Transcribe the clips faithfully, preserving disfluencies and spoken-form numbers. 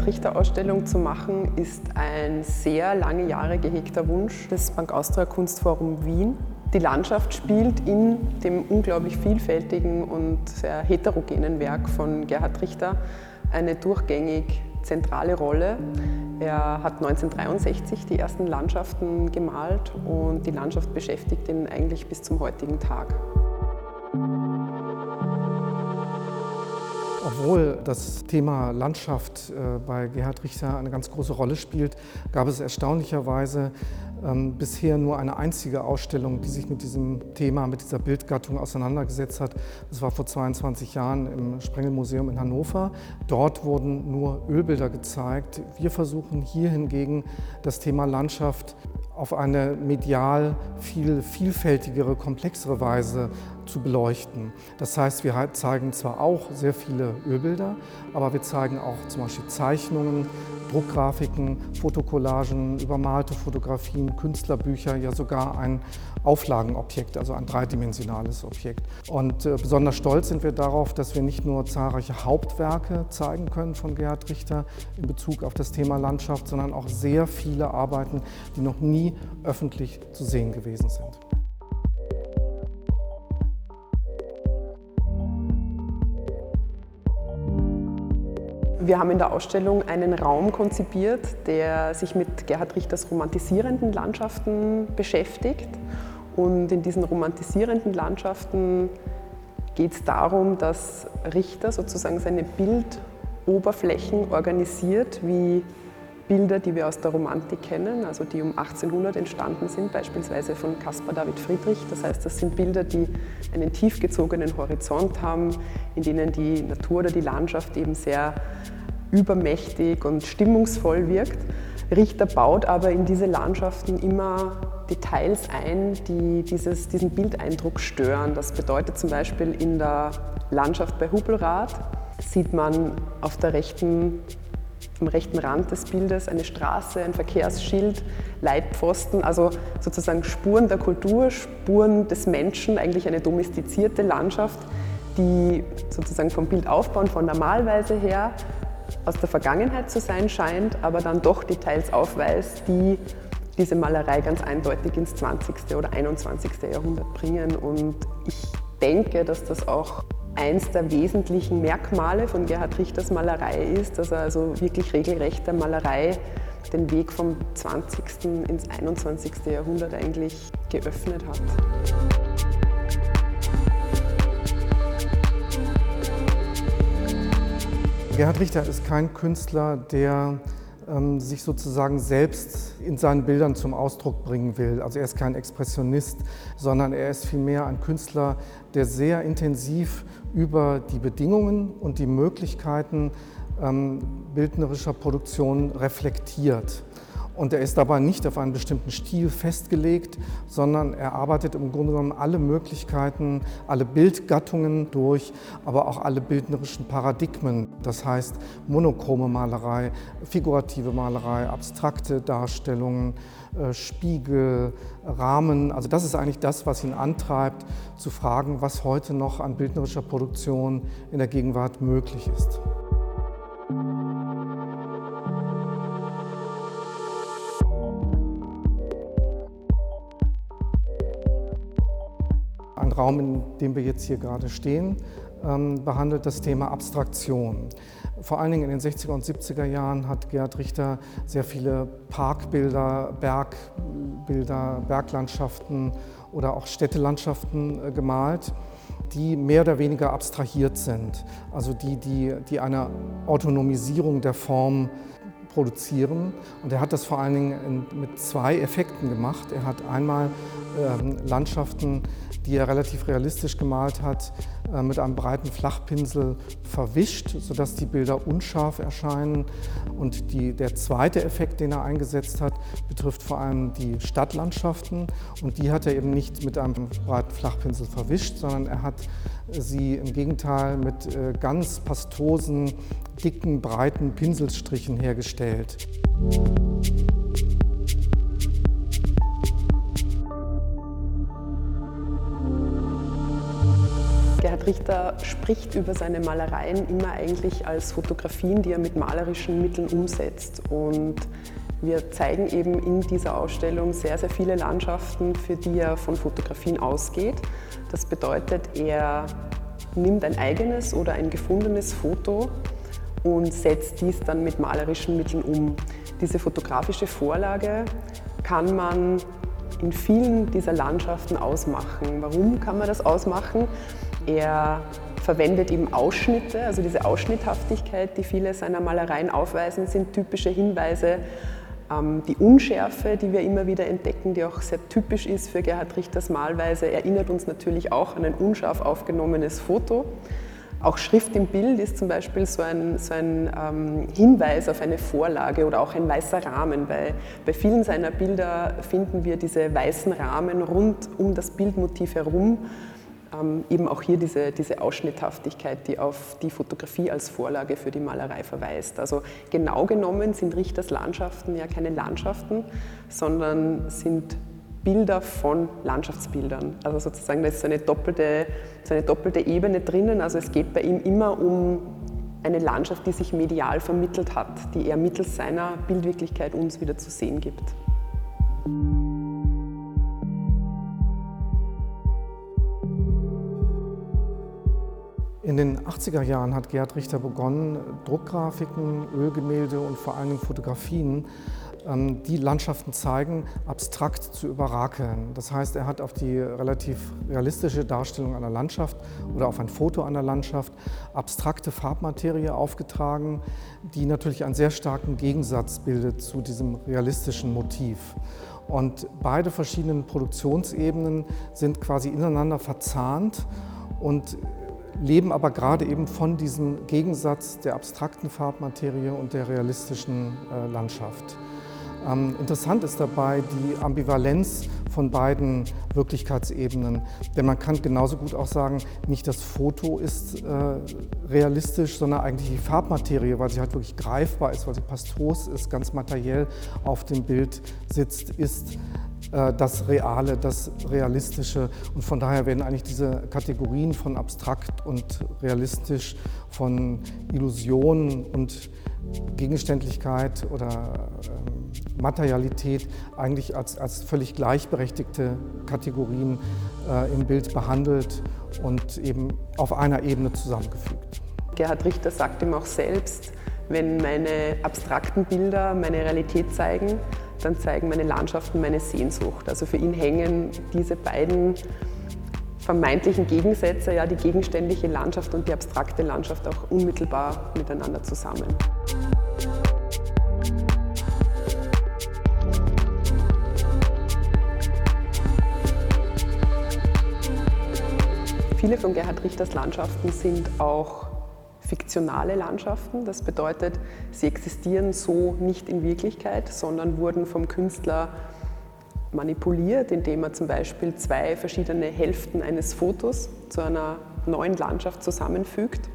Gerhard-Richter-Ausstellung zu machen, ist ein sehr lange Jahre gehegter Wunsch des Bank Austria Kunstforum Wien. Die Landschaft spielt in dem unglaublich vielfältigen und sehr heterogenen Werk von Gerhard Richter eine durchgängig zentrale Rolle. Er hat neunzehnhundertdreiundsechzig die ersten Landschaften gemalt und die Landschaft beschäftigt ihn eigentlich bis zum heutigen Tag. Obwohl das Thema Landschaft bei Gerhard Richter eine ganz große Rolle spielt, gab es erstaunlicherweise ähm, bisher nur eine einzige Ausstellung, die sich mit diesem Thema, mit dieser Bildgattung auseinandergesetzt hat. Das war vor zweiundzwanzig Jahren im Sprengel-Museum in Hannover. Dort wurden nur Ölbilder gezeigt. Wir versuchen hier hingegen das Thema Landschaft auf eine medial viel vielfältigere, komplexere Weise zu beleuchten. Das heißt, wir zeigen zwar auch sehr viele Ölbilder, aber wir zeigen auch zum Beispiel Zeichnungen, Druckgrafiken, Fotocollagen, übermalte Fotografien, Künstlerbücher, ja sogar ein Auflagenobjekt, also ein dreidimensionales Objekt. Und äh, besonders stolz sind wir darauf, dass wir nicht nur zahlreiche Hauptwerke zeigen können von Gerhard Richter in Bezug auf das Thema Landschaft, sondern auch sehr viele Arbeiten, die noch nie öffentlich zu sehen gewesen sind. Wir haben in der Ausstellung einen Raum konzipiert, der sich mit Gerhard Richters romantisierenden Landschaften beschäftigt. Und in diesen romantisierenden Landschaften geht es darum, dass Richter sozusagen seine Bildoberflächen organisiert wie Bilder, die wir aus der Romantik kennen, also die um achtzehnhundert entstanden sind, beispielsweise von Caspar David Friedrich. Das heißt, das sind Bilder, die einen tiefgezogenen Horizont haben, in denen die Natur oder die Landschaft eben sehr übermächtig und stimmungsvoll wirkt. Richter baut aber in diese Landschaften immer Details ein, die dieses, diesen Bildeindruck stören. Das bedeutet zum Beispiel in der Landschaft bei Hubelrath sieht man auf der rechten am rechten Rand des Bildes eine Straße, ein Verkehrsschild, Leitpfosten, also sozusagen Spuren der Kultur, Spuren des Menschen, eigentlich eine domestizierte Landschaft, die sozusagen vom Bildaufbau und von der Malweise her aus der Vergangenheit zu sein scheint, aber dann doch Details aufweist, die diese Malerei ganz eindeutig ins zwanzigste oder einundzwanzigste Jahrhundert bringen. Und ich denke, dass das auch eins der wesentlichen Merkmale von Gerhard Richters Malerei ist, dass er also wirklich regelrecht der Malerei den Weg vom zwanzigsten ins einundzwanzigste Jahrhundert eigentlich geöffnet hat. Gerhard Richter ist kein Künstler, der ähm, sich sozusagen selbst in seinen Bildern zum Ausdruck bringen will. Also er ist kein Expressionist, sondern er ist vielmehr ein Künstler, der sehr intensiv über die Bedingungen und die Möglichkeiten ähm, bildnerischer Produktion reflektiert. Und er ist dabei nicht auf einen bestimmten Stil festgelegt, sondern er arbeitet im Grunde genommen alle Möglichkeiten, alle Bildgattungen durch, aber auch alle bildnerischen Paradigmen. Das heißt monochrome Malerei, figurative Malerei, abstrakte Darstellungen, äh, Spiegel, Rahmen. Also das ist eigentlich das, was ihn antreibt, zu fragen, was heute noch an bildnerischer Produktion in der Gegenwart möglich ist. Ein Raum, in dem wir jetzt hier gerade stehen, behandelt das Thema Abstraktion. Vor allen Dingen in den sechziger und siebziger Jahren hat Gerhard Richter sehr viele Parkbilder, Bergbilder, Berglandschaften oder auch Städtelandschaften gemalt, die mehr oder weniger abstrahiert sind, also die, die, die eine Autonomisierung der Form produzieren. Und er hat das vor allen Dingen in, mit zwei Effekten gemacht. Er hat einmal ähm, Landschaften, die er relativ realistisch gemalt hat, äh, mit einem breiten Flachpinsel verwischt, sodass die Bilder unscharf erscheinen. Und die, der zweite Effekt, den er eingesetzt hat, betrifft vor allem die Stadtlandschaften. Und die hat er eben nicht mit einem breiten Flachpinsel verwischt, sondern er hat sie im Gegenteil mit äh, ganz pastosen, dicken, breiten Pinselstrichen hergestellt. Gerhard Gerhard Richter spricht über seine Malereien immer eigentlich als Fotografien, die er mit malerischen Mitteln umsetzt. Und wir zeigen eben in dieser Ausstellung sehr, sehr viele Landschaften, für die er von Fotografien ausgeht. Das bedeutet, er nimmt ein eigenes oder ein gefundenes Foto und setzt dies dann mit malerischen Mitteln um. Diese fotografische Vorlage kann man in vielen dieser Landschaften ausmachen. Warum kann man das ausmachen? Er verwendet eben Ausschnitte, also diese Ausschnitthaftigkeit, die viele seiner Malereien aufweisen, sind typische Hinweise. Die Unschärfe, die wir immer wieder entdecken, die auch sehr typisch ist für Gerhard Richters Malweise, erinnert uns natürlich auch an ein unscharf aufgenommenes Foto. Auch Schrift im Bild ist zum Beispiel so ein, so ein ähm, Hinweis auf eine Vorlage oder auch ein weißer Rahmen. Bei, bei vielen seiner Bilder finden wir diese weißen Rahmen rund um das Bildmotiv herum. Ähm, eben auch hier diese, diese Ausschnitthaftigkeit, die auf die Fotografie als Vorlage für die Malerei verweist. Also genau genommen sind Richters Landschaften ja keine Landschaften, sondern sind Bilder von Landschaftsbildern. Also sozusagen, da ist so eine doppelte, so eine doppelte Ebene drinnen. Also es geht bei ihm immer um eine Landschaft, die sich medial vermittelt hat, die er mittels seiner Bildwirklichkeit uns wieder zu sehen gibt. In den achtziger Jahren hat Gerhard Richter begonnen, Druckgrafiken, Ölgemälde und vor allen Dingen Fotografien, die Landschaften zeigen, abstrakt zu überrakeln. Das heißt, er hat auf die relativ realistische Darstellung einer Landschaft oder auf ein Foto einer Landschaft abstrakte Farbmaterie aufgetragen, die natürlich einen sehr starken Gegensatz bildet zu diesem realistischen Motiv. Und beide verschiedenen Produktionsebenen sind quasi ineinander verzahnt und leben aber gerade eben von diesem Gegensatz der abstrakten Farbmaterie und der realistischen äh, Landschaft. Ähm, interessant ist dabei die Ambivalenz von beiden Wirklichkeitsebenen, denn man kann genauso gut auch sagen, nicht das Foto ist äh, realistisch, sondern eigentlich die Farbmaterie, weil sie halt wirklich greifbar ist, weil sie pastos ist, ganz materiell auf dem Bild sitzt, ist das Reale, das Realistische, und von daher werden eigentlich diese Kategorien von abstrakt und realistisch, von Illusion und Gegenständlichkeit oder äh, Materialität eigentlich als, als völlig gleichberechtigte Kategorien äh, im Bild behandelt und eben auf einer Ebene zusammengefügt. Gerhard Richter sagt ihm auch selbst, wenn meine abstrakten Bilder meine Realität zeigen, dann zeigen meine Landschaften meine Sehnsucht. Also für ihn hängen diese beiden vermeintlichen Gegensätze, ja, die gegenständliche Landschaft und die abstrakte Landschaft, auch unmittelbar miteinander zusammen. Viele von Gerhard Richters Landschaften sind auch fiktionale Landschaften. Das bedeutet, sie existieren so nicht in Wirklichkeit, sondern wurden vom Künstler manipuliert, indem er zum Beispiel zwei verschiedene Hälften eines Fotos zu einer neuen Landschaft zusammenfügt.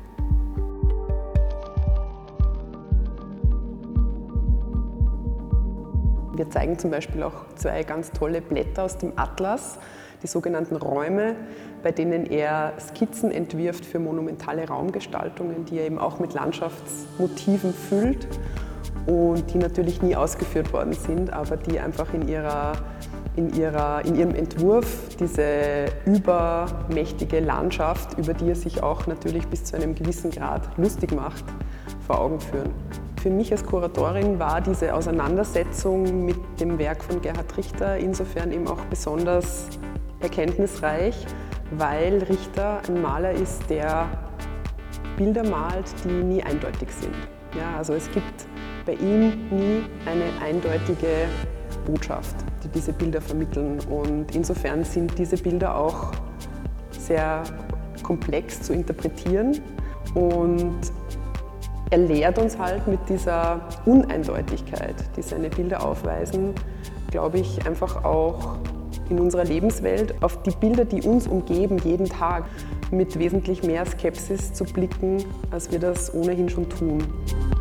Wir zeigen zum Beispiel auch zwei ganz tolle Blätter aus dem Atlas, die sogenannten Räume, bei denen er Skizzen entwirft für monumentale Raumgestaltungen, die er eben auch mit Landschaftsmotiven füllt und die natürlich nie ausgeführt worden sind, aber die einfach in, ihrer, in, ihrer, in ihrem Entwurf diese übermächtige Landschaft, über die er sich auch natürlich bis zu einem gewissen Grad lustig macht, vor Augen führen. Für mich als Kuratorin war diese Auseinandersetzung mit dem Werk von Gerhard Richter insofern eben auch besonders erkenntnisreich, weil Richter ein Maler ist, der Bilder malt, die nie eindeutig sind. Ja, also es gibt bei ihm nie eine eindeutige Botschaft, die diese Bilder vermitteln. Und insofern sind diese Bilder auch sehr komplex zu interpretieren. Und er lehrt uns halt mit dieser Uneindeutigkeit, die seine Bilder aufweisen, glaube ich, einfach auch in unserer Lebenswelt auf die Bilder, die uns umgeben, jeden Tag mit wesentlich mehr Skepsis zu blicken, als wir das ohnehin schon tun.